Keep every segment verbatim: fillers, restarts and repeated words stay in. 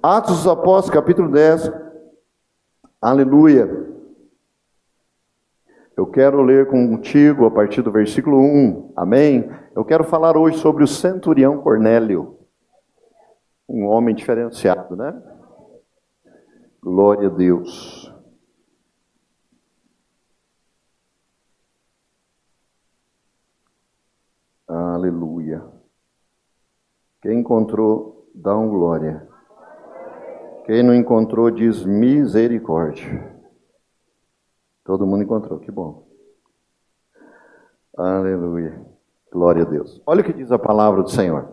Atos dos Apóstolos, capítulo dez. Aleluia. Eu quero ler contigo a partir do versículo um. Amém? Eu quero falar hoje sobre o centurião Cornélio. Um homem diferenciado, né? Glória a Deus. Aleluia. Quem encontrou, dá um glória. Quem não encontrou, diz misericórdia. Todo mundo encontrou, que bom. Aleluia. Glória a Deus. Olha o que diz a palavra do Senhor.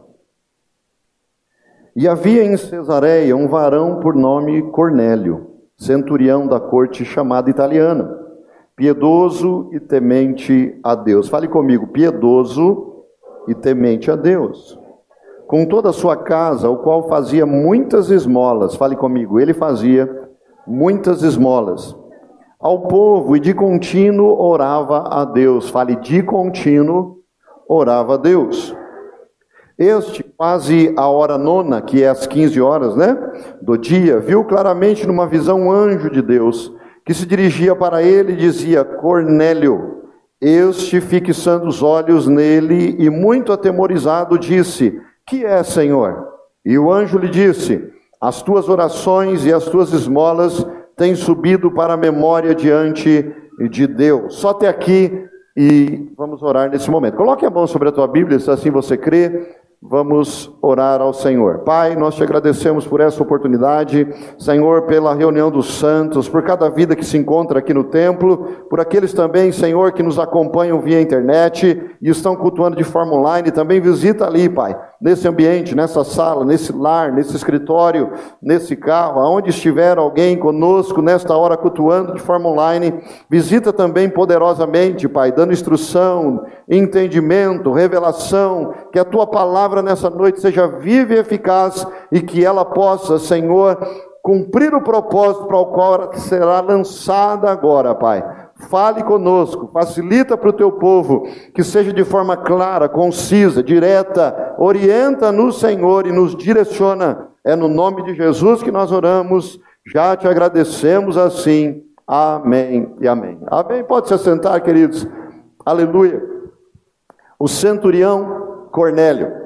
E havia em Cesareia um varão por nome Cornélio, centurião da corte chamada italiana, piedoso e temente a Deus. Fale comigo, piedoso e temente a Deus. Com toda a sua casa, o qual fazia muitas esmolas. Fale comigo, ele fazia muitas esmolas ao povo e de contínuo orava a Deus. Fale, de contínuo orava a Deus. Este, quase a hora nona, que é às quinze horas, né, do dia, viu claramente numa visão um anjo de Deus, que se dirigia para ele e dizia: Cornélio. Este, fixando os olhos nele e muito atemorizado, disse: que é, Senhor? E o anjo lhe disse: as tuas orações e as tuas esmolas têm subido para a memória diante de Deus. Só até aqui, e vamos orar nesse momento. Coloque a mão sobre a tua Bíblia, se assim você crê. Vamos orar ao Senhor. Pai, nós te agradecemos por essa oportunidade, Senhor, pela reunião dos santos, por cada vida que se encontra aqui no templo, por aqueles também, Senhor, que nos acompanham via internet e estão cultuando de forma online. Também visita ali, Pai, nesse ambiente, nessa sala, nesse lar, nesse escritório, nesse carro, aonde estiver alguém conosco nesta hora cultuando de forma online. Visita também poderosamente, Pai, dando instrução, entendimento, revelação, que a tua palavra nessa noite seja viva e eficaz e que ela possa, Senhor, cumprir o propósito para o qual ela será lançada agora, Pai. Fale conosco, facilita para o teu povo, que seja de forma clara, concisa, direta, orienta-nos, Senhor, e nos direciona. É no nome de Jesus que nós oramos, já te agradecemos assim. Amém e amém. Amém. Pode se assentar, queridos. Aleluia. O centurião Cornélio.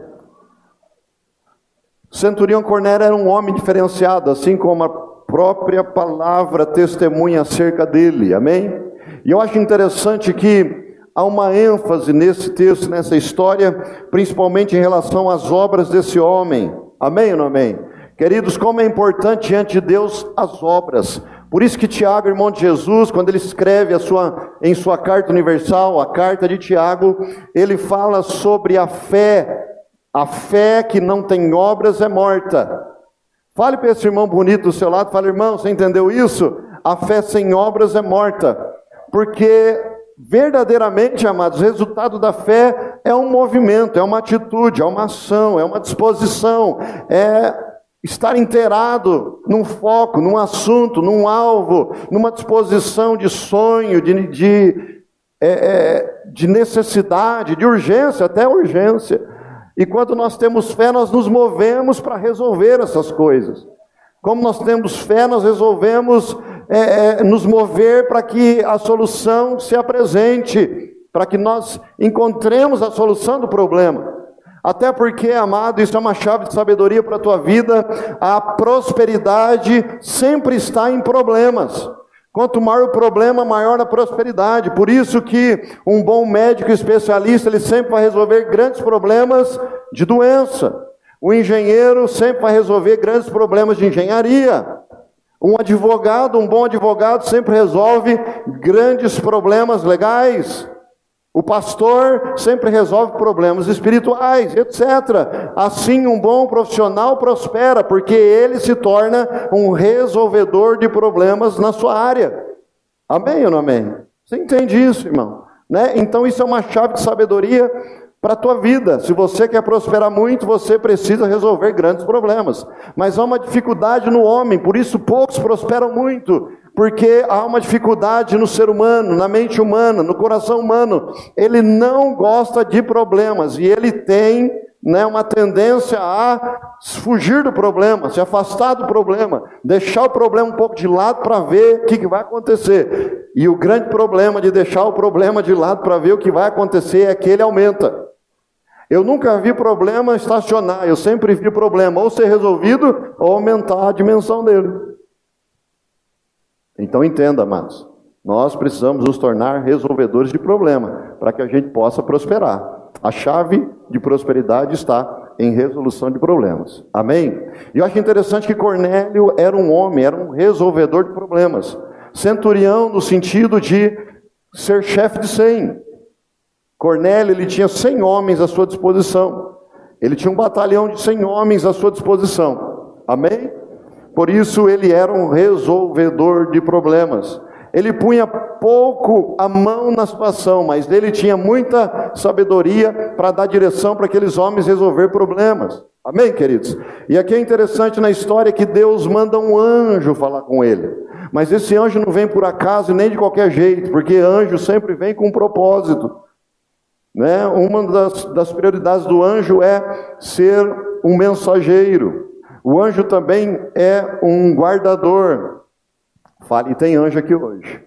O centurião Cornélio era um homem diferenciado, assim como a própria palavra testemunha acerca dele, amém? E eu acho interessante que há uma ênfase nesse texto, nessa história, principalmente em relação às obras desse homem, amém ou não amém? Queridos, como é importante diante de Deus as obras. Por isso que Tiago, irmão de Jesus, quando ele escreve a sua, em sua carta universal, a carta de Tiago, ele fala sobre a fé. A fé que não tem obras é morta. Fale para esse irmão bonito do seu lado, fale: irmão, você entendeu isso? A fé sem obras é morta. Porque verdadeiramente, amados, o resultado da fé é um movimento, é uma atitude, é uma ação, é uma disposição, é estar inteirado num foco, num assunto, num alvo, numa disposição de sonho, de, de, é, de necessidade, de urgência, até urgência. E quando nós temos fé, nós nos movemos para resolver essas coisas. Como nós temos fé, nós resolvemos é, é, nos mover para que a solução se apresente, para que nós encontremos a solução do problema. Até porque, amado, isso é uma chave de sabedoria para a tua vida. A prosperidade sempre está em problemas. Quanto maior o problema, maior a prosperidade. Por isso que um bom médico especialista, ele sempre vai resolver grandes problemas de doença. O engenheiro sempre vai resolver grandes problemas de engenharia. Um advogado, um bom advogado sempre resolve grandes problemas legais. O pastor sempre resolve problemas espirituais, etcétera. Assim, um bom profissional prospera, porque ele se torna um resolvedor de problemas na sua área. Amém ou não amém? Você entende isso, irmão? Né? Então, isso é uma chave de sabedoria para a tua vida. Se você quer prosperar muito, você precisa resolver grandes problemas. Mas há uma dificuldade no homem, por isso poucos prosperam muito. Porque há uma dificuldade no ser humano, na mente humana, no coração humano. Ele não gosta de problemas e ele tem né, uma tendência a fugir do problema, se afastar do problema, deixar o problema um pouco de lado para ver o que, que vai acontecer. E o grande problema de deixar o problema de lado para ver o que vai acontecer é que ele aumenta. Eu nunca vi problema estacionar, eu sempre vi problema ou ser resolvido ou aumentar a dimensão dele. Então entenda, amados, nós precisamos nos tornar resolvedores de problema, para que a gente possa prosperar. A chave de prosperidade está em resolução de problemas. Amém? E eu acho interessante que Cornélio era um homem, era um resolvedor de problemas. Centurião no sentido de ser chefe de cem. Cornélio, ele tinha cem homens à sua disposição. Ele tinha um batalhão de cem homens à sua disposição. Amém? Por isso ele era um resolvedor de problemas. Ele punha pouco a mão na situação, mas ele tinha muita sabedoria para dar direção para aqueles homens resolver problemas. Amém, queridos? E aqui é interessante na história que Deus manda um anjo falar com ele. Mas esse anjo não vem por acaso e nem de qualquer jeito, porque anjo sempre vem com um propósito. Né? Uma das, das prioridades do anjo é ser um mensageiro. O anjo também é um guardador. Fale, tem anjo aqui hoje.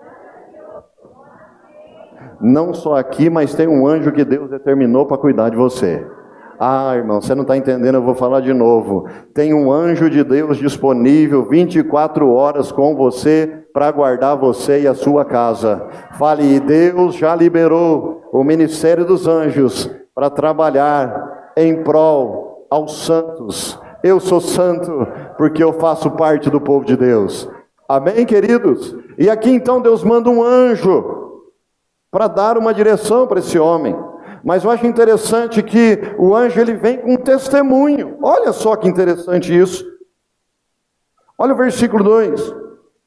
Não só aqui, mas tem um anjo que Deus determinou para cuidar de você. Ah, irmão, você não está entendendo, eu vou falar de novo. Tem um anjo de Deus disponível vinte e quatro horas com você para guardar você e a sua casa. Fale, Deus já liberou o ministério dos anjos para trabalhar em prol aos santos. Eu sou santo porque eu faço parte do povo de Deus. Amém, queridos? E aqui então Deus manda um anjo para dar uma direção para esse homem. Mas eu acho interessante que o anjo ele vem com um testemunho. Olha só que interessante isso. Olha o versículo dois.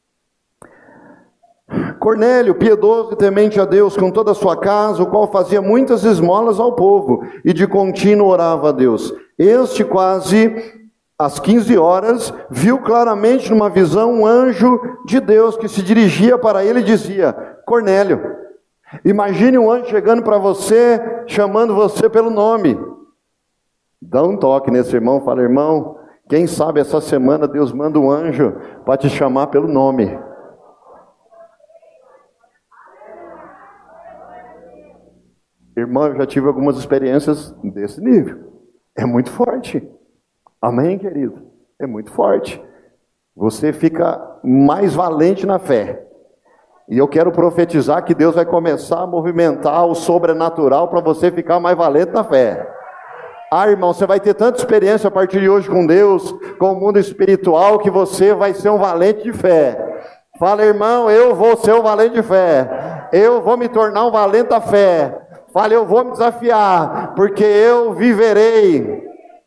Cornélio, piedoso e temente a Deus com toda a sua casa, o qual fazia muitas esmolas ao povo e de contínuo orava a Deus. Este quase às quinze horas, viu claramente numa visão um anjo de Deus que se dirigia para ele e dizia, Cornélio. Imagine um anjo chegando para você, chamando você pelo nome. Dá um toque nesse irmão, fala, irmão, quem sabe essa semana Deus manda um anjo para te chamar pelo nome. Irmão, eu já tive algumas experiências desse nível. É muito forte. Amém, querido? É muito forte. Você fica mais valente na fé. E eu quero profetizar que Deus vai começar a movimentar o sobrenatural para você ficar mais valente na fé. Ah, irmão, você vai ter tanta experiência a partir de hoje com Deus, com o mundo espiritual, que você vai ser um valente de fé. Fala, irmão, eu vou ser um valente de fé. Eu vou me tornar um valente da fé. Fala, eu vou me desafiar, porque eu viverei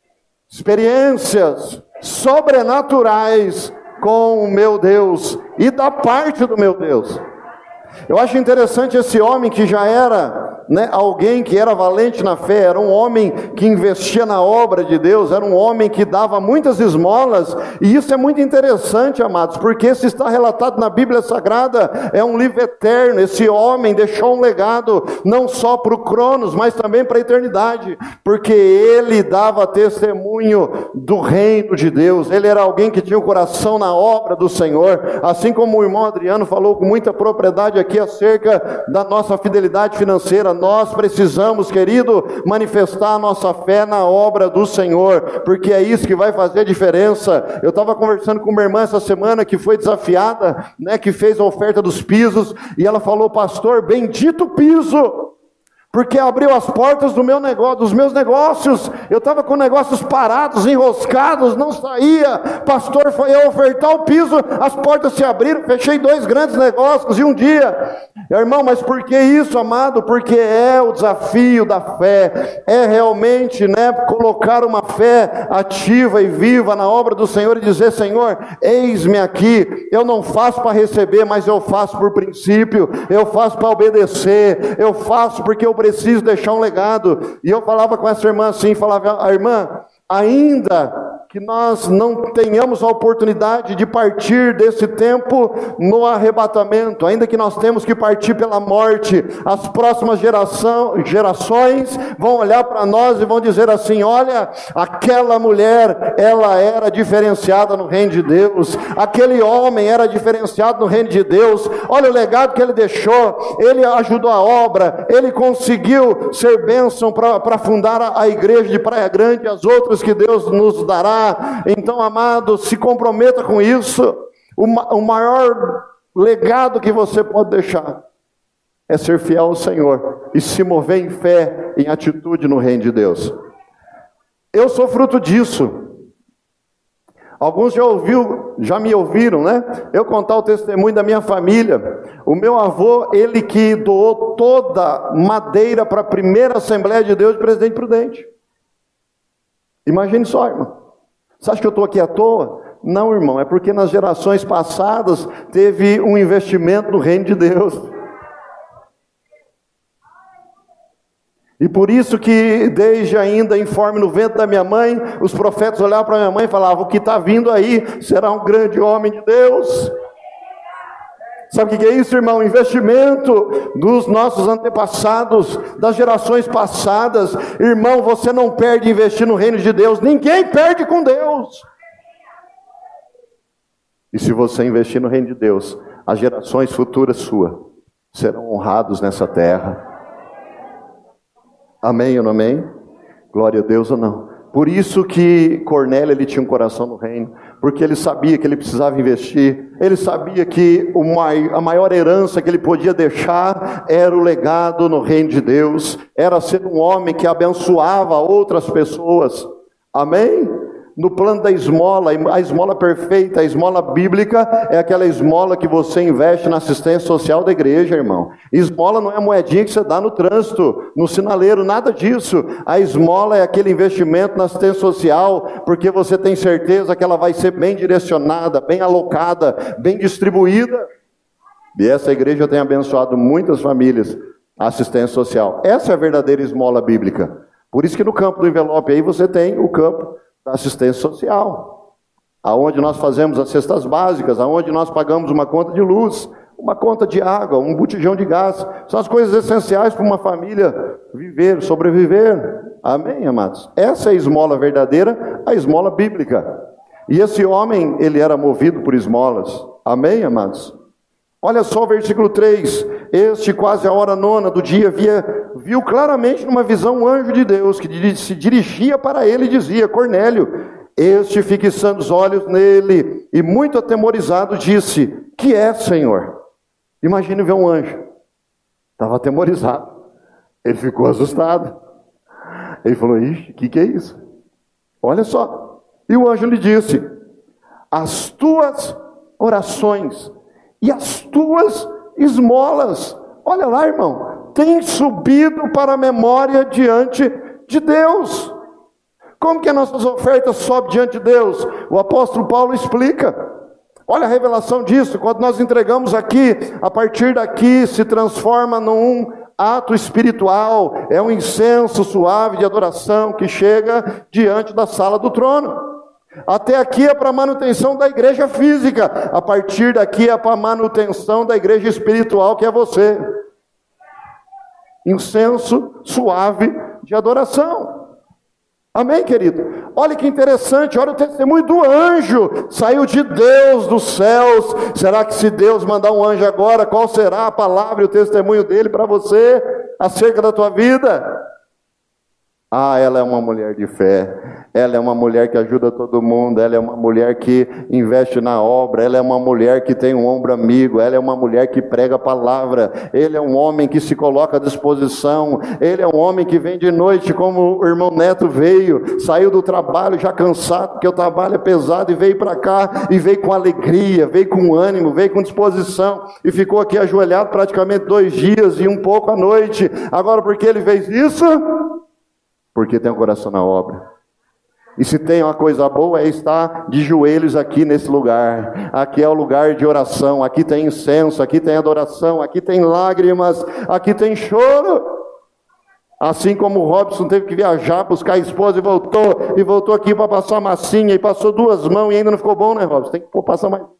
experiências sobrenaturais com o meu Deus e da parte do meu Deus. Eu acho interessante esse homem que já era, né, alguém que era valente na fé, era um homem que investia na obra de Deus, era um homem que dava muitas esmolas, e isso é muito interessante, amados, porque isso está relatado na Bíblia Sagrada, é um livro eterno. Esse homem deixou um legado, não só para o Cronos, mas também para a eternidade, porque ele dava testemunho do reino de Deus, ele era alguém que tinha o coração na obra do Senhor, assim como o irmão Adriano falou com muita propriedade aqui acerca da nossa fidelidade financeira. Nós precisamos, querido, manifestar a nossa fé na obra do Senhor, porque é isso que vai fazer a diferença. Eu estava conversando com uma irmã essa semana que foi desafiada, né, que fez a oferta dos pisos, e ela falou, pastor, bendito piso, porque abriu as portas do meu negócio, dos meus negócios. Eu estava com negócios parados, enroscados, não saía. Pastor, foi eu ofertar o piso, as portas se abriram, fechei dois grandes negócios em um dia. Irmão, mas por que isso, amado? Porque é o desafio da fé, é realmente, né, colocar uma fé ativa e viva na obra do Senhor e dizer, Senhor, eis-me aqui, eu não faço para receber, mas eu faço por princípio, eu faço para obedecer, eu faço porque eu preciso deixar um legado. E eu falava com essa irmã assim, falava, a irmã, ainda que nós não tenhamos a oportunidade de partir desse tempo no arrebatamento, ainda que nós temos que partir pela morte. As próximas geração, gerações vão olhar para nós e vão dizer assim: olha, aquela mulher, ela era diferenciada no reino de Deus, aquele homem era diferenciado no reino de Deus, olha o legado que ele deixou, ele ajudou a obra, ele conseguiu ser bênção para fundar a, a igreja de Praia Grande e as outras que Deus nos dará. Então, amado, se comprometa com isso. O, o maior legado que você pode deixar é ser fiel ao Senhor e se mover em fé, em atitude no reino de Deus. Eu sou fruto disso. Alguns já ouviu, já me ouviram, né? Eu contar o testemunho da minha família. O meu avô, ele que doou toda madeira para a primeira Assembleia de Deus de Presidente Prudente. Imagine só, irmão. Você acha que eu estou aqui à toa? Não, irmão, é porque nas gerações passadas teve um investimento no reino de Deus. E por isso que desde ainda informe no ventre da minha mãe, os profetas olhavam para minha mãe e falavam: o que está vindo aí será um grande homem de Deus. Sabe o que é isso, irmão? Investimento dos nossos antepassados, das gerações passadas. Irmão, você não perde investir no reino de Deus. Ninguém perde com Deus. E se você investir no reino de Deus, as gerações futuras suas serão honrados nessa terra. Amém ou não amém? Glória a Deus ou não? Por isso que Cornélio, ele tinha um coração no reino, porque ele sabia que ele precisava investir, ele sabia que o mai, a maior herança que ele podia deixar era o legado no reino de Deus, era ser um homem que abençoava outras pessoas. Amém? No plano da esmola, a esmola perfeita, a esmola bíblica, é aquela esmola que você investe na assistência social da igreja, irmão. Esmola não é a moedinha que você dá no trânsito, no sinaleiro, nada disso. A esmola é aquele investimento na assistência social, porque você tem certeza que ela vai ser bem direcionada, bem alocada, bem distribuída. E essa igreja tem abençoado muitas famílias, a assistência social. Essa é a verdadeira esmola bíblica. Por isso que no campo do envelope aí você tem o campo da assistência social, aonde nós fazemos as cestas básicas, aonde nós pagamos uma conta de luz, uma conta de água, um botijão de gás. São as coisas essenciais para uma família viver, sobreviver. Amém, amados? Essa é a esmola verdadeira, a esmola bíblica. E esse homem, ele era movido por esmolas. Amém, amados? Olha só o versículo três. Este, quase a hora nona do dia, via, viu claramente numa visão um anjo de Deus, que se dirigia para ele e dizia: Cornélio. Este, fixando os olhos nele, e muito atemorizado, disse: que é, Senhor? Imagine ver um anjo. Estava atemorizado. Ele ficou assustado. Ele falou: ixi, o que, que é isso? Olha só. E o anjo lhe disse: as tuas orações e as tuas esmolas, olha lá, irmão, têm subido para a memória diante de Deus. Como que as nossas ofertas sobem diante de Deus? O apóstolo Paulo explica. Olha a revelação disso. Quando nós entregamos aqui, a partir daqui se transforma num ato espiritual. É um incenso suave de adoração que chega diante da sala do trono. Até aqui é para manutenção da igreja física. A partir daqui é para manutenção da igreja espiritual, que é você. Incenso suave de adoração. Amém, querido? Olha que interessante, olha o testemunho do anjo. Saiu de Deus dos céus. Será que se Deus mandar um anjo agora, qual será a palavra e o testemunho dele para você acerca da tua vida? Ah, ela é uma mulher de fé, ela é uma mulher que ajuda todo mundo, ela é uma mulher que investe na obra, ela é uma mulher que tem um ombro amigo, ela é uma mulher que prega a palavra, ele é um homem que se coloca à disposição, ele é um homem que vem de noite, como o irmão Neto veio, saiu do trabalho já cansado, porque o trabalho é pesado, e veio para cá, e veio com alegria, veio com ânimo, veio com disposição, e ficou aqui ajoelhado praticamente dois dias e um pouco à noite. Agora, por que ele fez isso? Porque tem um coração na obra. E se tem uma coisa boa, é estar de joelhos aqui nesse lugar. Aqui é o lugar de oração, aqui tem incenso, aqui tem adoração, aqui tem lágrimas, aqui tem choro. Assim como o Robson teve que viajar, buscar a esposa e voltou, e voltou aqui para passar massinha, e passou duas mãos e ainda não ficou bom, né, Robson? Tem que pô, passar mais.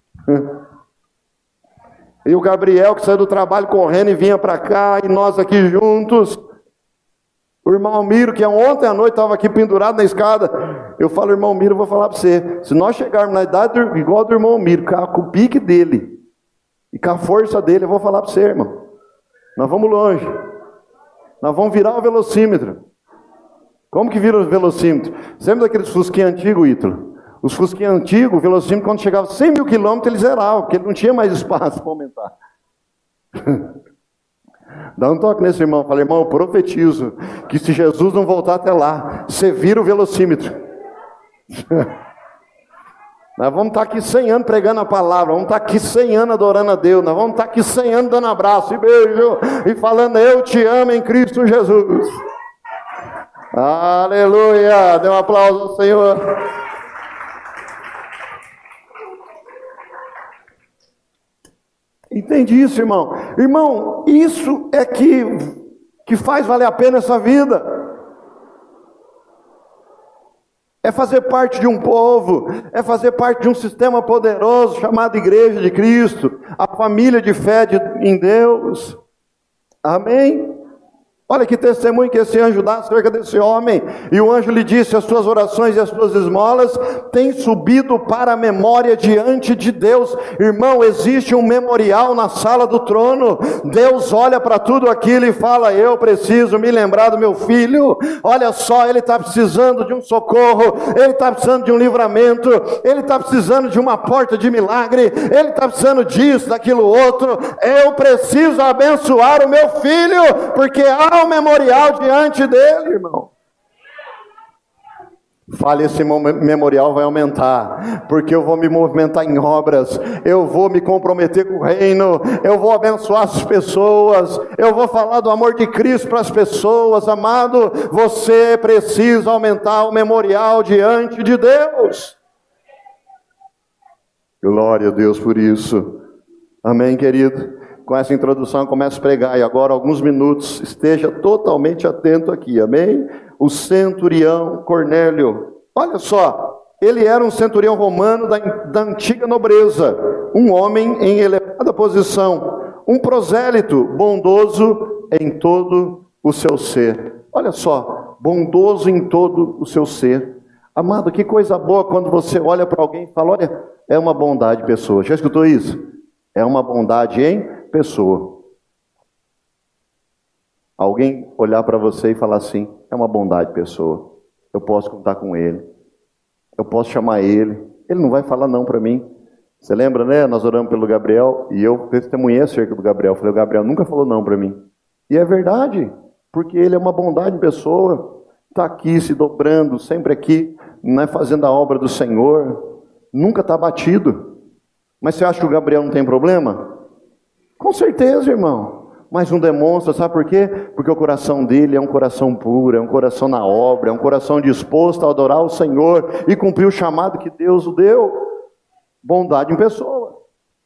E o Gabriel que saiu do trabalho correndo e vinha para cá, e nós aqui juntos. O irmão Almiro, que ontem à noite estava aqui pendurado na escada. Eu falo, irmão Almiro, eu vou falar para você, se nós chegarmos na idade do, igual do irmão Almiro, com o pique dele, e com a força dele, eu vou falar para você, irmão, nós vamos longe. Nós vamos virar o velocímetro. Como que vira o velocímetro? Sempre daqueles fusquinhos antigos, Ítalo. Os fusquinhos antigos, o velocímetro, quando chegava a cem mil quilômetros, ele zerava, porque ele não tinha mais espaço para aumentar. Dá um toque nesse irmão. Fala, irmão, eu profetizo que se Jesus não voltar até lá, você vira o velocímetro. Nós vamos estar aqui cem anos pregando a palavra, vamos estar aqui cem anos adorando a Deus, nós vamos estar aqui cem anos dando abraço e beijo, e falando, eu te amo em Cristo Jesus. Aleluia! Dê um aplauso ao Senhor. Entende isso, irmão? Irmão, isso é que, que faz valer a pena essa vida. É fazer parte de um povo, é fazer parte de um sistema poderoso chamado Igreja de Cristo, a família de fé de, em Deus. Amém? Olha que testemunho que esse anjo dá acerca desse homem. E o anjo lhe disse, as suas orações e as suas esmolas têm subido para a memória diante de Deus. Irmão, existe um memorial na sala do trono. Deus olha para tudo aquilo e fala, eu preciso me lembrar do meu filho. Olha só, ele está precisando de um socorro, ele está precisando de um livramento, ele está precisando de uma porta de milagre, ele está precisando disso, daquilo outro. Eu preciso abençoar o meu filho, porque há um memorial diante dele, irmão. Fale, esse memorial vai aumentar, porque eu vou me movimentar em obras, eu vou me comprometer com o reino, eu vou abençoar as pessoas, eu vou falar do amor de Cristo para as pessoas. Amado, você precisa aumentar o memorial diante de Deus. Glória a Deus por isso. Amém, querido? Com essa introdução eu começo a pregar, e agora alguns minutos, esteja totalmente atento aqui, amém? O centurião Cornélio, olha só, ele era um centurião romano da, da antiga nobreza, um homem em elevada posição, um prosélito bondoso em todo o seu ser. Olha só, bondoso em todo o seu ser. Amado, que coisa boa quando você olha para alguém e fala, olha, é uma bondade pessoa. Já escutou isso? É uma bondade em pessoa. Alguém olhar para você e falar assim, é uma bondade pessoa, eu posso contar com ele, eu posso chamar ele, ele não vai falar não para mim. Você lembra, né? Nós oramos pelo Gabriel, e eu testemunhei acerca do Gabriel, falei, o Gabriel nunca falou não para mim, e é verdade, porque ele é uma bondade pessoa, está aqui se dobrando, sempre aqui, né, fazendo a obra do Senhor, nunca está abatido. Mas você acha que o Gabriel não tem problema? Com certeza, irmão, mas não demonstra, sabe por quê? Porque o coração dele é um coração puro, é um coração na obra, é um coração disposto a adorar o Senhor e cumprir o chamado que Deus o deu. Bondade em pessoa.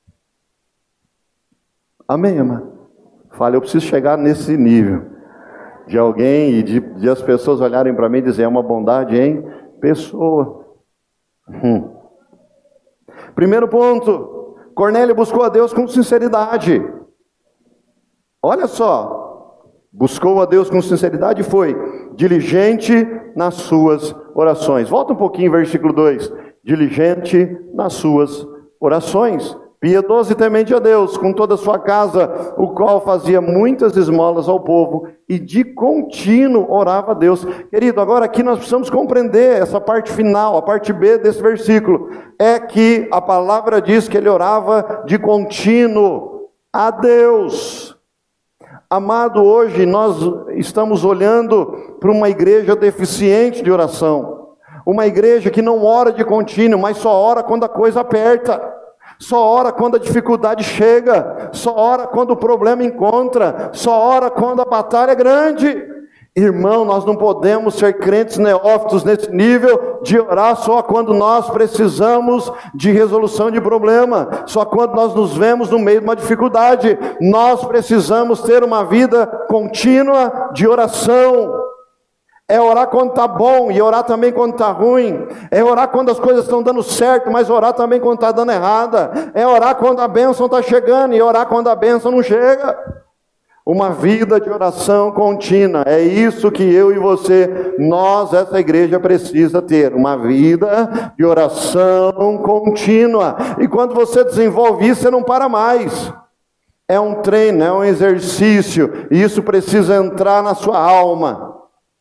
Amém, amado? Fala, eu preciso chegar nesse nível de alguém e de, de as pessoas olharem para mim e dizer, é uma bondade em pessoa. Hum. Primeiro ponto, Cornélio buscou a Deus com sinceridade. Olha só, buscou a Deus com sinceridade e foi diligente nas suas orações. Volta um pouquinho, versículo dois. Diligente nas suas orações. Piedoso e temente a Deus, com toda a sua casa, o qual fazia muitas esmolas ao povo e de contínuo orava a Deus. Querido, agora aqui nós precisamos compreender essa parte final, a parte B desse versículo. É que a palavra diz que ele orava de contínuo a Deus. Amado, hoje nós estamos olhando para uma igreja deficiente de oração. Uma igreja que não ora de contínuo, mas só ora quando a coisa aperta. Só ora quando a dificuldade chega, só ora quando o problema encontra, só ora quando a batalha é grande. Irmão, nós não podemos ser crentes neófitos nesse nível de orar só quando nós precisamos de resolução de problema, só quando nós nos vemos no meio de uma dificuldade. Nós precisamos ter uma vida contínua de oração. É orar quando está bom e orar também quando está ruim. É orar quando as coisas estão dando certo, mas orar também quando está dando errada. É orar quando a bênção está chegando e orar quando a bênção não chega. Uma vida de oração contínua, é isso que eu e você, nós, essa igreja precisa ter, uma vida de oração contínua. E quando você desenvolve isso, você não para mais. É um treino, é um exercício, e isso precisa entrar na sua alma.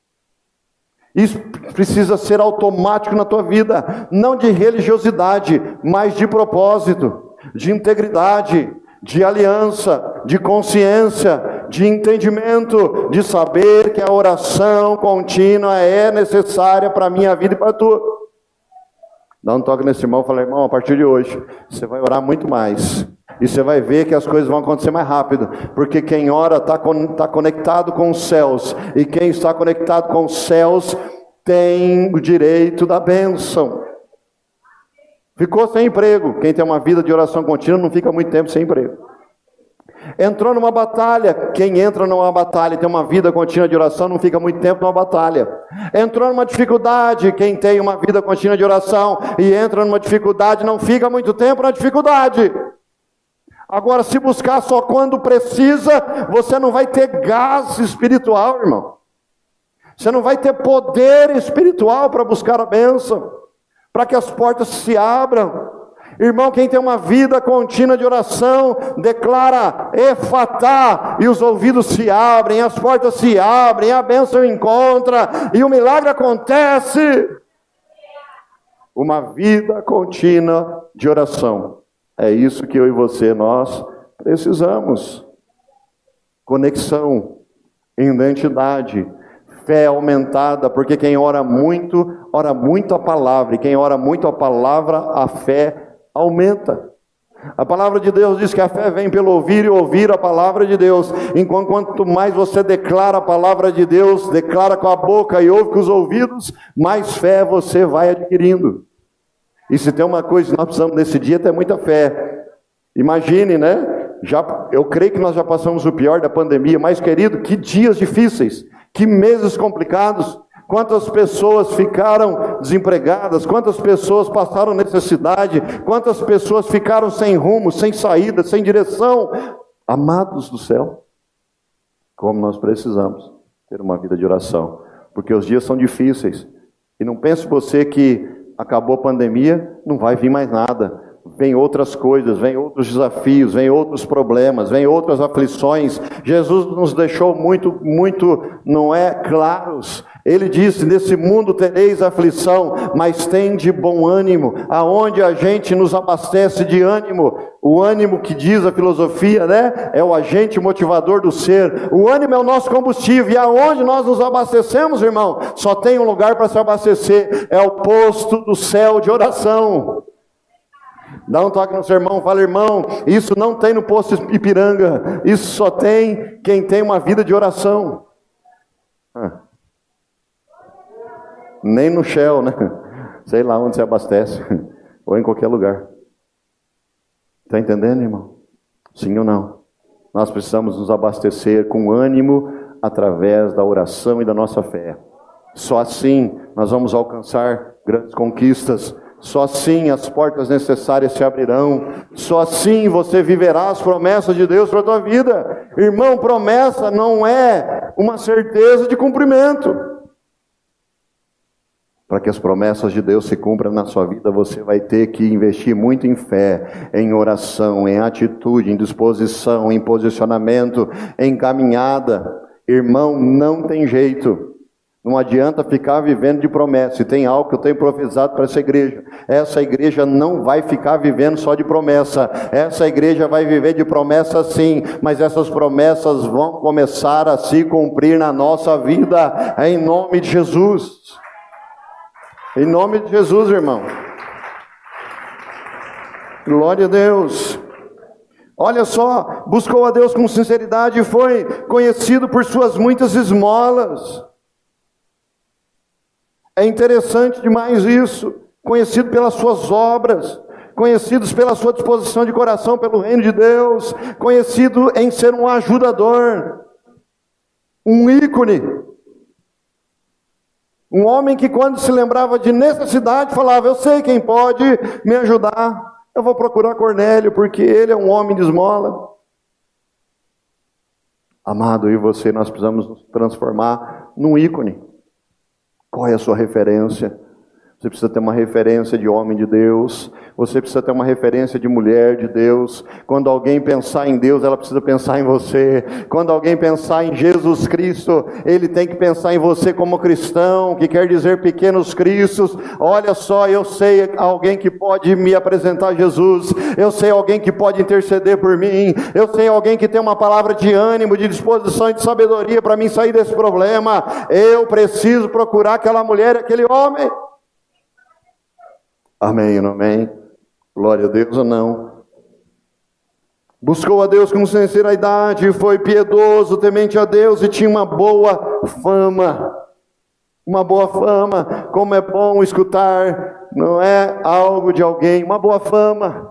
Isso precisa ser automático na tua vida, não de religiosidade, mas de propósito, de integridade, de aliança, de consciência, de entendimento, de saber que a oração contínua é necessária para a minha vida e para a tua. Dá um toque nesse irmão e fala: irmão, a partir de hoje, você vai orar muito mais. E você vai ver que as coisas vão acontecer mais rápido. Porque quem ora está tá conectado com os céus. E quem está conectado com os céus tem o direito da bênção. Ficou sem emprego. Quem tem uma vida de oração contínua não fica muito tempo sem emprego. Entrou numa batalha. Quem entra numa batalha e tem uma vida contínua de oração não fica muito tempo numa batalha. Entrou numa dificuldade. Quem tem uma vida contínua de oração e entra numa dificuldade não fica muito tempo na dificuldade. Agora, se buscar só quando precisa, você não vai ter gás espiritual, irmão. Você não vai ter poder espiritual para buscar a bênção, para que as portas se abram. Irmão, quem tem uma vida contínua de oração, declara efatá, e os ouvidos se abrem, as portas se abrem, a bênção encontra, e o milagre acontece. Uma vida contínua de oração. É isso que eu e você, nós precisamos. Conexão, identidade, fé aumentada, porque quem ora muito, ora muito a palavra, e quem ora muito a palavra, a fé aumenta. A palavra de Deus diz que a fé vem pelo ouvir e ouvir a palavra de Deus. Enquanto quanto mais você declara a palavra de Deus, declara com a boca e ouve com os ouvidos, mais fé você vai adquirindo. E se tem uma coisa que nós precisamos nesse dia, é ter muita fé. Imagine, né? Já, eu creio que nós já passamos o pior da pandemia, mas querido, que dias difíceis, que meses complicados. Quantas pessoas ficaram desempregadas, quantas pessoas passaram necessidade, quantas pessoas ficaram sem rumo, sem saída, sem direção. Amados do céu, como nós precisamos ter uma vida de oração, porque os dias são difíceis. E não pense você que acabou a pandemia, não vai vir mais nada. Vem outras coisas, vem outros desafios, vem outros problemas, vem outras aflições. Jesus nos deixou muito, muito, não é, claros. Ele disse: nesse mundo tereis aflição, mas tem de bom ânimo. Aonde a gente nos abastece de ânimo, o ânimo que diz a filosofia, né? É o agente motivador do ser. O ânimo é o nosso combustível. E aonde nós nos abastecemos, irmão? Só tem um lugar para se abastecer, é o posto do céu de oração. Dá um toque no seu irmão, fala: irmão, isso não tem no posto Ipiranga, isso só tem quem tem uma vida de oração. Ah. Nem no Shell, né? Sei lá onde se abastece, ou em qualquer lugar. Está entendendo, irmão? Sim ou não? Nós precisamos nos abastecer com ânimo através da oração e da nossa fé. Só assim nós vamos alcançar grandes conquistas. Só assim as portas necessárias se abrirão. Só assim você viverá as promessas de Deus para a tua vida. Irmão, promessa não é uma certeza de cumprimento. Para que as promessas de Deus se cumpram na sua vida, você vai ter que investir muito em fé, em oração, em atitude, em disposição, em posicionamento, em caminhada. Irmão, não tem jeito. Não adianta ficar vivendo de promessa. E tem algo que eu tenho profetizado para essa igreja. Essa igreja não vai ficar vivendo só de promessa. Essa igreja vai viver de promessa sim, mas essas promessas vão começar a se cumprir na nossa vida, em nome de Jesus. Em nome de Jesus, irmão. Glória a Deus. Olha só, buscou a Deus com sinceridade e foi conhecido por suas muitas esmolas. É interessante demais isso, conhecido pelas suas obras, conhecidos pela sua disposição de coração pelo reino de Deus, conhecido em ser um ajudador, um ícone, um homem que quando se lembrava de necessidade falava: eu sei quem pode me ajudar, eu vou procurar Cornélio porque ele é um homem de esmola. Amado, eu e você, nós precisamos nos transformar num ícone. Qual é a sua referência? Você precisa ter uma referência de homem de Deus. Você precisa ter uma referência de mulher de Deus. Quando alguém pensar em Deus, ela precisa pensar em você. Quando alguém pensar em Jesus Cristo, ele tem que pensar em você como cristão, que quer dizer pequenos cristos. Olha só, eu sei alguém que pode me apresentar Jesus. Eu sei alguém que pode interceder por mim. Eu sei alguém que tem uma palavra de ânimo, de disposição e de sabedoria para mim sair desse problema. Eu preciso procurar aquela mulher, aquele homem. Amém ou não amém? Glória a Deus ou não? Buscou a Deus com sinceridade, foi piedoso, temente a Deus e tinha uma boa fama. Uma boa fama, como é bom escutar, não é algo de alguém, uma boa fama.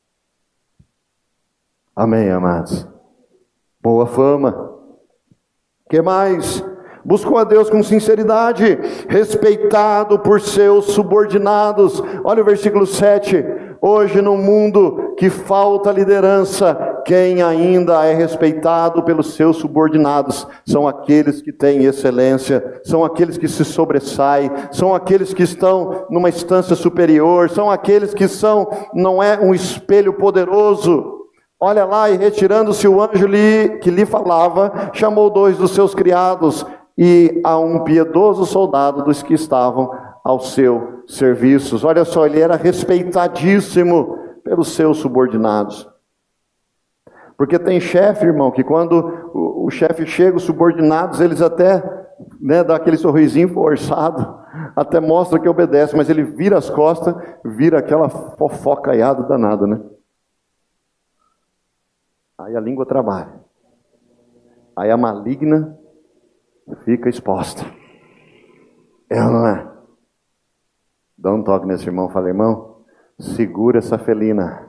Amém, amados? Boa fama. O que mais? Buscou a Deus com sinceridade, respeitado por seus subordinados. Olha o versículo sete. Hoje no mundo que falta liderança, quem ainda é respeitado pelos seus subordinados são aqueles que têm excelência, são aqueles que se sobressaem, são aqueles que estão numa instância superior, são aqueles que são, não é um espelho poderoso. Olha lá, e retirando-se o anjo lhe, que lhe falava, chamou dois dos seus criados e a um piedoso soldado dos que estavam ao seu serviço. Olha só, ele era respeitadíssimo pelos seus subordinados. Porque tem chefe, irmão, que quando o, o chefe chega, os subordinados, eles até, né, dá aquele sorrisinho forçado, até mostra que obedece, mas ele vira as costas, vira aquela fofocaiada danada, né? Aí a língua trabalha. Aí a maligna fica exposta. É ou não é? Dá um toque nesse irmão, fala: irmão, segura essa felina.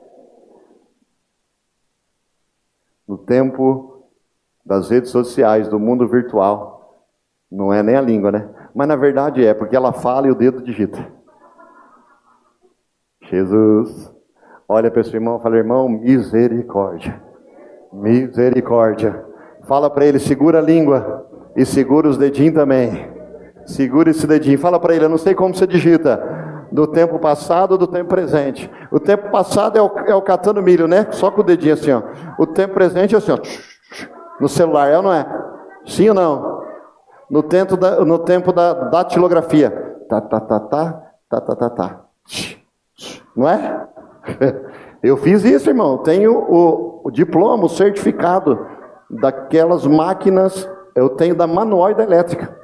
No tempo das redes sociais, do mundo virtual, não é nem a língua, né? Mas na verdade é, porque ela fala e o dedo digita. Jesus. Olha para esse irmão e fala: irmão, misericórdia. Misericórdia. Fala para ele: segura a língua. E segura os dedinhos também. Segura esse dedinho. Fala para ele: eu não sei como você digita. Do tempo passado ou do tempo presente? O tempo passado é o, é o catando milho, né? Só com o dedinho assim, ó. O tempo presente é assim, ó. No celular, é ou não é? Sim ou não? No tempo da, no tempo da datilografia. Tá, tá, tá, tá, tá, tá, tá, tá. Não é? Eu fiz isso, irmão. Tenho o, o diploma, o certificado daquelas máquinas. Eu tenho da manual e da elétrica.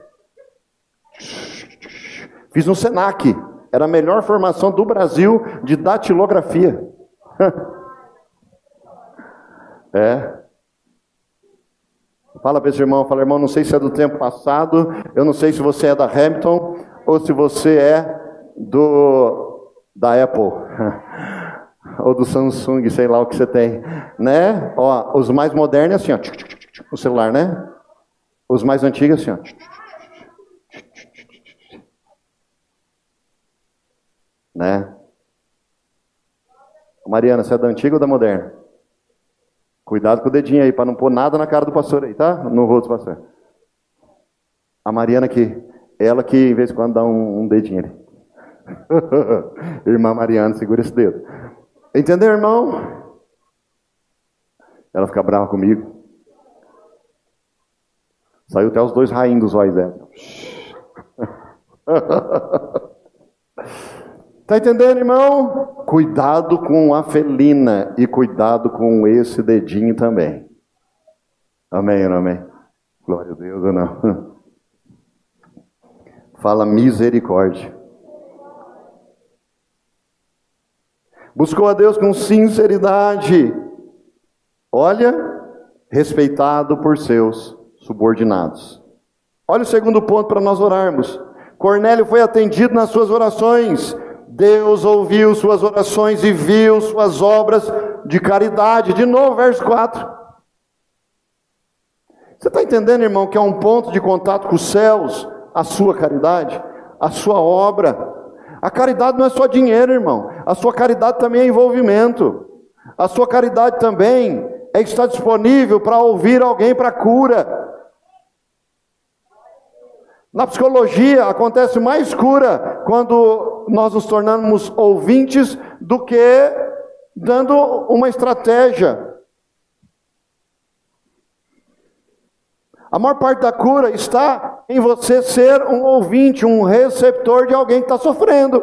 Fiz no Senac. Era a melhor formação do Brasil de datilografia. É. Fala para esse irmão, fala: irmão, não sei se é do tempo passado, eu não sei se você é da Hamilton ou se você é do da Apple ou do Samsung, sei lá o que você tem, né? Ó, os mais modernos assim, ó, o celular, né? Os mais antigos assim, ó. Né? Mariana, você é da antiga ou da moderna? Cuidado com o dedinho aí, para não pôr nada na cara do pastor aí, tá? No rosto do pastor. A Mariana aqui, ela que, de vez em quando, dá um, um dedinho ali. Irmã Mariana, segura esse dedo. Entendeu, irmão? Ela fica brava comigo. Saiu até os dois rainhos dos olhos dela. Está entendendo, irmão? Cuidado com a felina e cuidado com esse dedinho também. Amém ou não amém? Glória a Deus ou não? Fala misericórdia. Buscou a Deus com sinceridade Olha, respeitado por seus subordinados. Olha o segundo ponto para nós orarmos. Cornélio foi atendido nas suas orações. Deus ouviu suas orações e viu suas obras de caridade. De novo, verso quatro. Você está entendendo, irmão, que é um ponto de contato com os céus, a sua caridade, a sua obra. A caridade não é só dinheiro, irmão. A sua caridade também é envolvimento. A sua caridade também é estar disponível para ouvir alguém para cura. Na psicologia acontece mais cura quando nós nos tornamos ouvintes do que dando uma estratégia. A maior parte da cura está em você ser um ouvinte, um receptor de alguém que está sofrendo.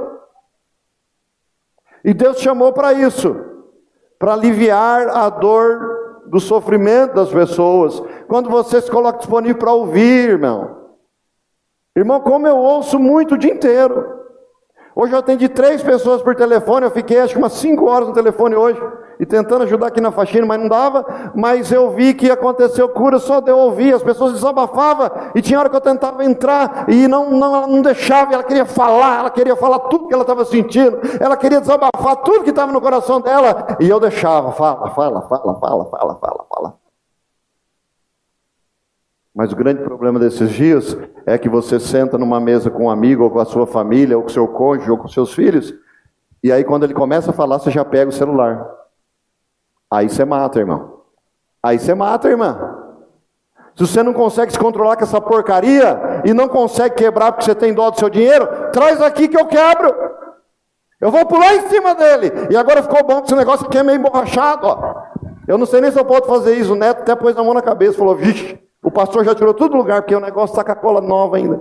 E Deus chamou para isso, para aliviar a dor do sofrimento das pessoas. Quando você se coloca disponível para ouvir, irmão. Irmão, como eu ouço muito o dia inteiro. Hoje eu atendi três pessoas por telefone, eu fiquei acho que umas cinco horas no telefone hoje, e tentando ajudar aqui na faxina, mas não dava. Mas eu vi que aconteceu cura só de eu ouvir, as pessoas desabafavam, e tinha hora que eu tentava entrar, e não, não, ela não deixava, ela queria falar, ela queria falar tudo que ela estava sentindo, ela queria desabafar tudo que estava no coração dela, e eu deixava, fala, fala, fala, fala, fala, fala, fala. Mas o grande problema desses dias é que você senta numa mesa com um amigo, ou com a sua família, ou com o seu cônjuge, ou com seus filhos, e aí quando ele começa a falar, você já pega o celular. Aí você mata, irmão. Aí você mata, irmã. Se você não consegue se controlar com essa porcaria, e não consegue quebrar porque você tem dó do seu dinheiro, traz aqui que eu quebro. Eu vou pular em cima dele. E agora ficou bom que esse negócio aqui é meio emborrachado, ó. Eu não sei nem se eu posso fazer isso. O neto até pôs a mão na cabeça, falou, vixe, o pastor já tirou tudo do lugar, porque o negócio está com a cola nova ainda.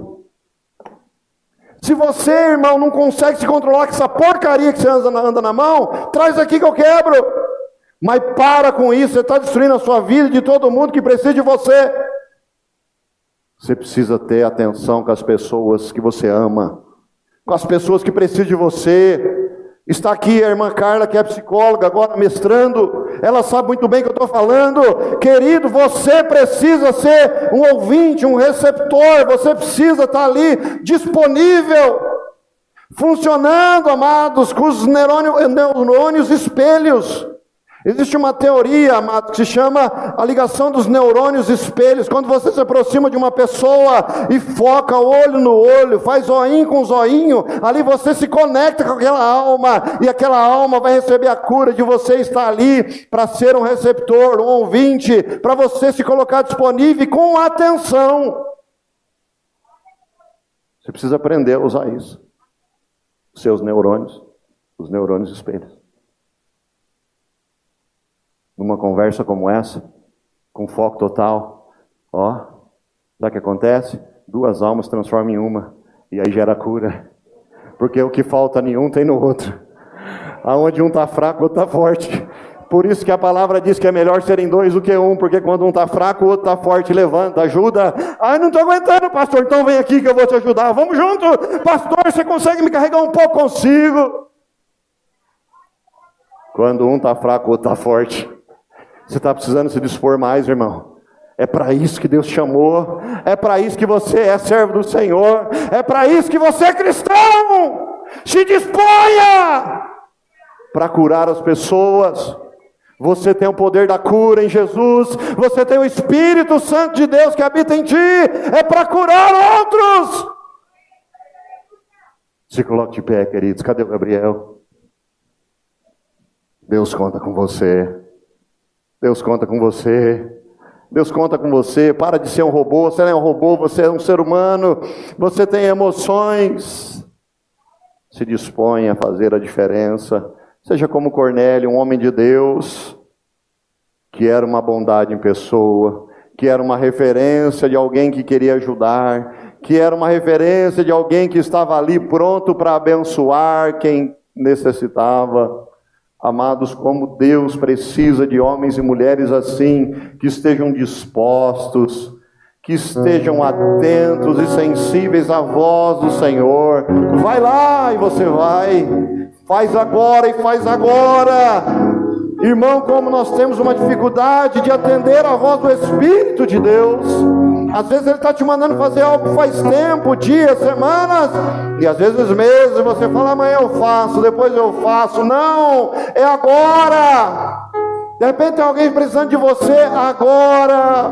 Se você, irmão, não consegue se controlar com essa porcaria que você anda na, anda na mão, traz aqui que eu quebro. Mas para com isso, você está destruindo a sua vida e de todo mundo que precisa de você. Você precisa ter atenção com as pessoas que você ama, com as pessoas que precisam de você. Está aqui a irmã Carla, que é psicóloga, agora mestrando. Ela sabe muito bem o que eu estou falando. Querido, você precisa ser um ouvinte, um receptor. Você precisa estar ali disponível, funcionando, amados, com os neurônios, neurônios espelhos. Existe uma teoria, amado, que se chama a ligação dos neurônios espelhos. Quando você se aproxima de uma pessoa e foca olho no olho, faz zoinho com zoinho, ali você se conecta com aquela alma, e aquela alma vai receber a cura de você estar ali para ser um receptor, um ouvinte, para você se colocar disponível com atenção. Você precisa aprender a usar isso. Os seus neurônios, os neurônios espelhos. Numa conversa como essa, com foco total, ó, sabe o que acontece? Duas almas transformam em uma, e aí gera cura, porque o que falta em um tem no outro, aonde um está fraco, o outro está forte. Por isso que a palavra diz que é melhor serem dois do que um, porque quando um está fraco, o outro está forte, levanta, ajuda. Ai, não estou aguentando, pastor, então vem aqui que eu vou te ajudar, vamos junto, pastor, você consegue me carregar um pouco? Consigo. Quando um está fraco, o outro está forte. Você está precisando se dispor mais, irmão. É para isso que Deus chamou. É para isso que você é servo do Senhor. É para isso que você é cristão. Se disponha para curar as pessoas. Você tem o poder da cura em Jesus. Você tem o Espírito Santo de Deus que habita em ti. É para curar outros. Se coloque de pé, queridos. Cadê o Gabriel? Deus conta com você. Deus conta com você. Deus conta com você. Para de ser um robô. Você não é um robô, você é um ser humano. Você tem emoções. Se dispõe a fazer a diferença. Seja como Cornélio, um homem de Deus, que era uma bondade em pessoa, que era uma referência de alguém que queria ajudar, que era uma referência de alguém que estava ali pronto para abençoar quem necessitava. Amados, como Deus precisa de homens e mulheres assim, que estejam dispostos, que estejam atentos e sensíveis à voz do Senhor. Vai lá e você vai, faz agora e faz agora. Irmão, como nós temos uma dificuldade de atender a voz do Espírito de Deus. Às vezes Ele está te mandando fazer algo faz tempo, dias, semanas, e às vezes meses, e você fala, amanhã eu faço, depois eu faço. Não, é agora. De repente tem alguém precisando de você agora.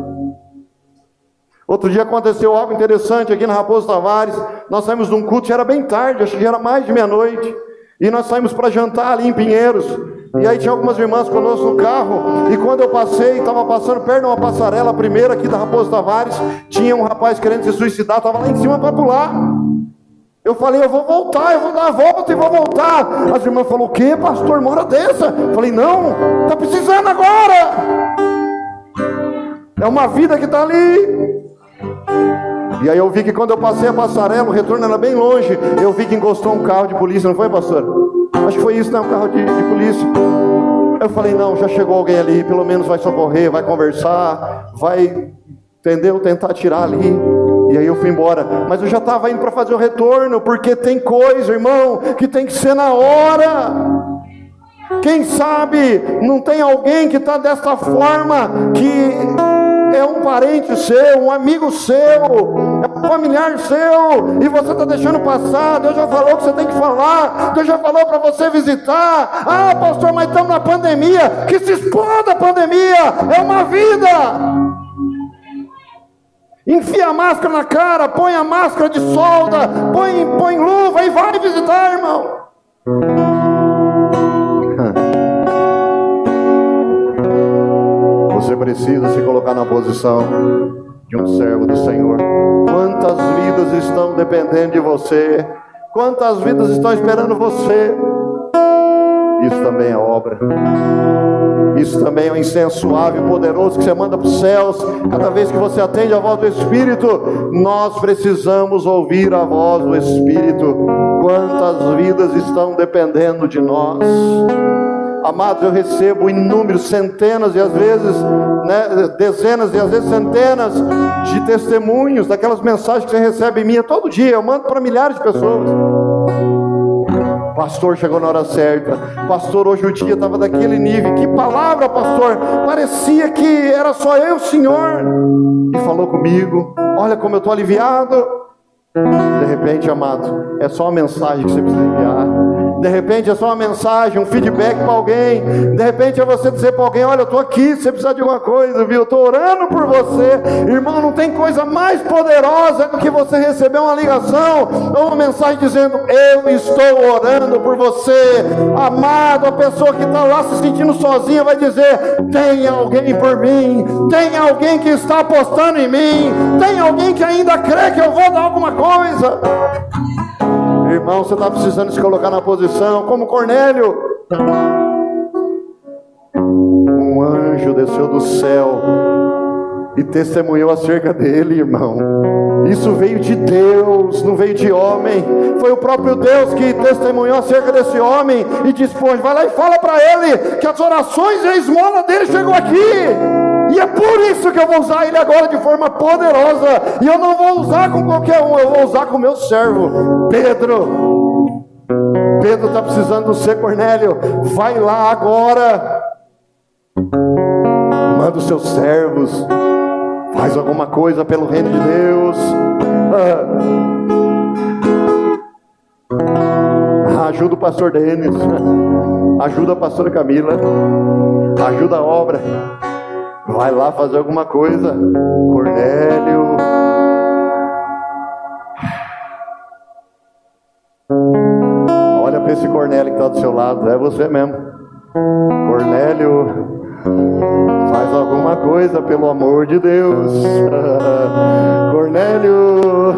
Outro dia aconteceu algo interessante aqui na Raposo Tavares. Nós saímos de um culto, já era bem tarde, acho que já era mais de meia-noite, e nós saímos para jantar ali em Pinheiros. E aí tinha algumas irmãs conosco no carro, e quando eu passei, estava passando perto de uma passarela, a primeira aqui da Raposo Tavares, tinha um rapaz querendo se suicidar, estava lá em cima para pular. Eu falei, eu vou voltar, eu vou dar a volta e vou voltar. As irmãs falaram, o que, pastor, uma hora dessa? Eu falei, não, está precisando agora. É uma vida que está ali. E aí eu vi que quando eu passei a passarela, o retorno era bem longe, eu vi que encostou um carro de polícia, não foi, pastor? Acho que foi isso, né? Um carro de, de polícia. Eu falei, não, já chegou alguém ali, pelo menos vai socorrer, vai conversar, vai, entendeu? Tentar tirar ali. E aí eu fui embora. Mas eu já estava indo para fazer o retorno, porque tem coisa, irmão, que tem que ser na hora. Quem sabe não tem alguém que está dessa forma, que é um parente seu, um amigo seu, é um familiar seu, e você está deixando passar. Deus já falou que você tem que falar, Deus já falou para você visitar. Ah, pastor, mas estamos na pandemia. Que se exploda a pandemia, é uma vida. Enfia a máscara na cara, põe a máscara de solda, põe, põe luva e vai visitar, irmão. Você precisa se colocar na posição de um servo do Senhor. Quantas vidas estão dependendo de você? Quantas vidas estão esperando você? Isso também é obra. Isso também é um incenso suave e poderoso que você manda para os céus. Cada vez que você atende a voz do Espírito, nós precisamos ouvir a voz do Espírito. Quantas vidas estão dependendo de nós? Amados, eu recebo inúmeros, centenas e às vezes, né, dezenas e às vezes centenas de testemunhos daquelas mensagens que você recebe minha todo dia. Eu mando para milhares de pessoas. Pastor, chegou na hora certa. Pastor, hoje o dia estava daquele nível. Que palavra, pastor! Parecia que era só eu, o Senhor. E falou comigo. Olha como eu estou aliviado. De repente, amado, é só uma mensagem que você precisa enviar. De repente é só uma mensagem, um feedback para alguém. De repente é você dizer para alguém, olha, eu estou aqui, se você precisar de alguma coisa, viu? Eu estou orando por você. Irmão, não tem coisa mais poderosa do que você receber uma ligação ou uma mensagem dizendo, eu estou orando por você. Amado, a pessoa que está lá se sentindo sozinha vai dizer, tem alguém por mim, tem alguém que está apostando em mim, tem alguém que ainda crê que eu vou dar alguma coisa. Irmão, você está precisando se colocar na posição como Cornélio. Um anjo desceu do céu e testemunhou acerca dele, irmão. Isso veio de Deus, não veio de homem. Foi o próprio Deus que testemunhou acerca desse homem e disse, pô, vai lá e fala para ele que as orações e a esmola dele chegou aqui. E é por isso que eu vou usar ele agora de forma poderosa. E eu não vou usar com qualquer um, eu vou usar com o meu servo, Pedro. Pedro está precisando do ser, Cornélio. Vai lá agora. Manda os seus servos. Faz alguma coisa pelo reino de Deus. Ah, ajuda o pastor Denis. Ajuda a pastora Camila. Ajuda a obra. Vai lá fazer alguma coisa, Cornélio. Olha para esse Cornélio que está do seu lado, é você mesmo. Cornélio, faz alguma coisa pelo amor de Deus. Cornélio.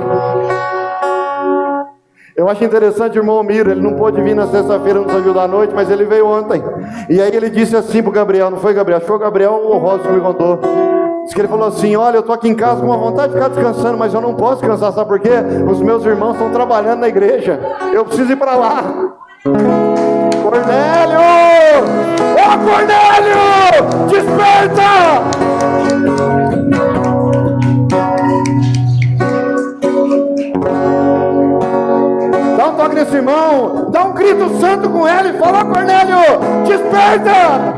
Eu acho interessante o irmão Miro, ele não pôde vir na sexta-feira nos ajudar à noite, mas ele veio ontem. E aí ele disse assim para o Gabriel, não foi Gabriel? Acho que foi o Gabriel ou o Rosa que me contou. Diz que ele falou assim, olha, eu estou aqui em casa com uma vontade de ficar descansando, mas eu não posso descansar, sabe por quê? Os meus irmãos estão trabalhando na igreja, eu preciso ir para lá. Cornélio! Ô oh, Cornélio! Desperta! esse irmão, dá um grito santo com ele, fala: Cornélio, desperta!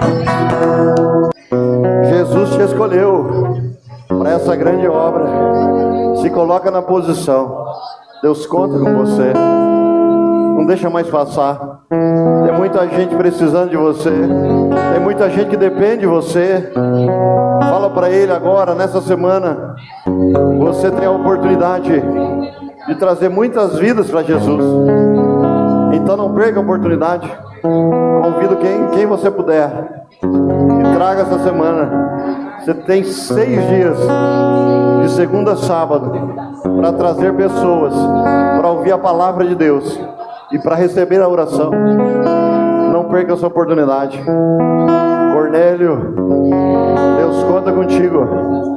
Jesus te escolheu para essa grande obra. Se coloca na posição. Deus conta com você. Não deixa mais passar. Tem muita gente precisando de você. Tem muita gente que depende de você. Fala para ele agora, nessa semana, você tem a oportunidade de trazer muitas vidas para Jesus. Então não perca a oportunidade. Convido quem, quem você puder e traga essa semana. Você tem seis dias, de segunda a sábado, para trazer pessoas para ouvir a palavra de Deus e para receber a oração. Não perca essa oportunidade. Cornélio, Deus conta contigo.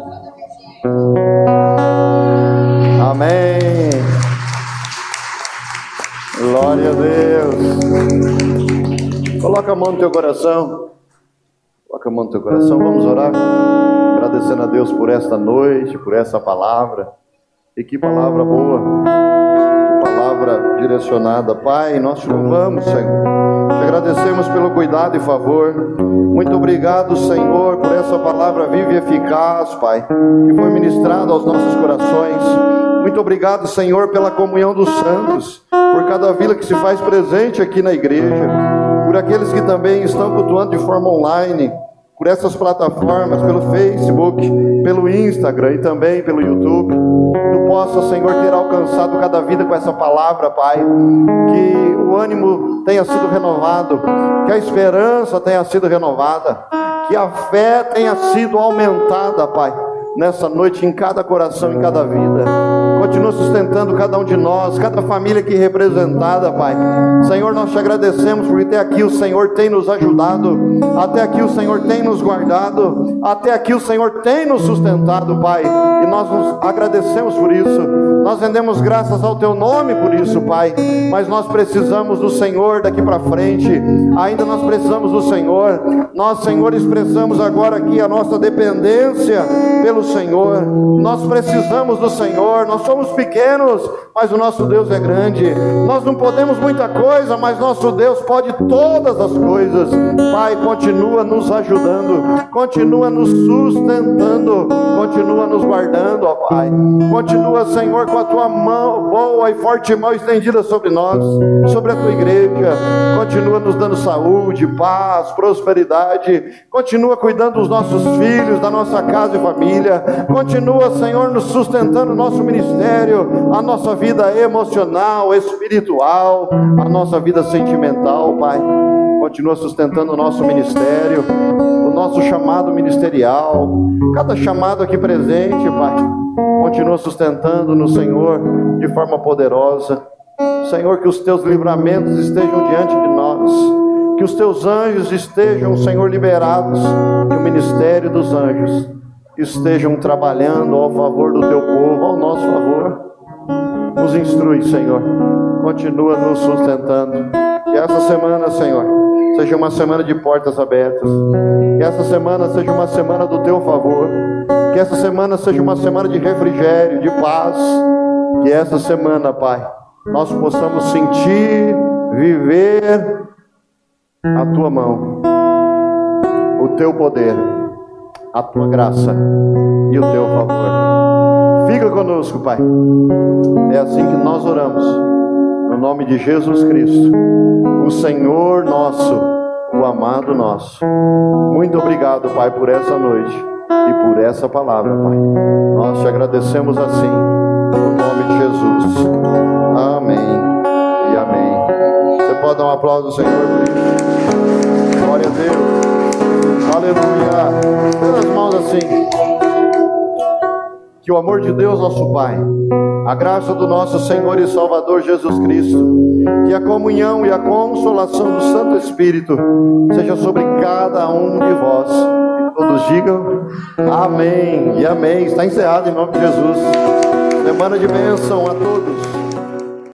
Amém. Glória a Deus. Coloca a mão no teu coração. Coloca a mão no teu coração. Vamos orar. Agradecendo a Deus por esta noite, por essa palavra. E que palavra boa. Que palavra direcionada. Pai, nós te louvamos, Senhor. Te agradecemos pelo cuidado e favor. Muito obrigado, Senhor, por essa palavra viva e eficaz, Pai, que foi ministrada aos nossos corações. Muito obrigado, Senhor, pela comunhão dos santos, por cada vida que se faz presente aqui na igreja, por aqueles que também estão cultuando de forma online, por essas plataformas, pelo Facebook, pelo Instagram e também pelo YouTube. Tu possa, Senhor, ter alcançado cada vida com essa palavra, Pai. Que o ânimo tenha sido renovado, que a esperança tenha sido renovada, que a fé tenha sido aumentada, Pai, nessa noite, em cada coração, em cada vida. Continua sustentando cada um de nós, cada família aqui representada, Pai. Senhor, nós te agradecemos porque até aqui o Senhor tem nos ajudado, até aqui o Senhor tem nos guardado, até aqui o Senhor tem nos sustentado, Pai. E nós nos agradecemos por isso. Nós rendemos graças ao Teu nome por isso, Pai. Mas nós precisamos do Senhor daqui para frente. Ainda nós precisamos do Senhor. Nós, Senhor, expressamos agora aqui a nossa dependência pelo Senhor. Nós precisamos do Senhor. Nós somos pequenos, mas o nosso Deus é grande. Nós não podemos muita coisa, mas nosso Deus pode todas as coisas. Pai, continua nos ajudando, continua nos sustentando, continua nos guardando, ó Pai. Continua, Senhor, com a Tua mão boa e forte mão estendida sobre nós, sobre a Tua igreja. Continua nos dando saúde, paz, prosperidade. Continua cuidando dos nossos filhos, da nossa casa e família. Continua, Senhor, nos sustentando o nosso ministério, a nossa vida emocional, espiritual, a nossa vida sentimental, Pai. Continua sustentando o nosso ministério, o nosso chamado ministerial, cada chamado aqui presente, Pai. Continua sustentando no Senhor de forma poderosa. Senhor, que os Teus livramentos estejam diante de nós, que os Teus anjos estejam, Senhor, liberados, e o ministério dos anjos estejam trabalhando ao favor do Teu povo, ao nosso favor. Nos instrui, Senhor. Continua nos sustentando. Que essa semana, Senhor, seja uma semana de portas abertas. Que essa semana seja uma semana do Teu favor. Que essa semana seja uma semana de refrigério, de paz. Que essa semana, Pai, nós possamos sentir, viver a Tua mão, o Teu poder, a Tua graça e o Teu favor. Fica conosco, Pai. É assim que nós oramos, no nome de Jesus Cristo, o Senhor nosso, o amado nosso. Muito obrigado, Pai, por essa noite e por essa palavra, Pai. Nós te agradecemos assim, no nome de Jesus. Amém e amém. Você pode dar um aplauso ao Senhor por isso? Glória a Deus. Aleluia. Põe as mãos assim. Que o amor de Deus, nosso Pai, a graça do nosso Senhor e Salvador Jesus Cristo, que a comunhão e a consolação do Santo Espírito seja sobre cada um de vós. E todos digam amém e amém. Está encerrado em nome de Jesus. Semana de bênção a todos.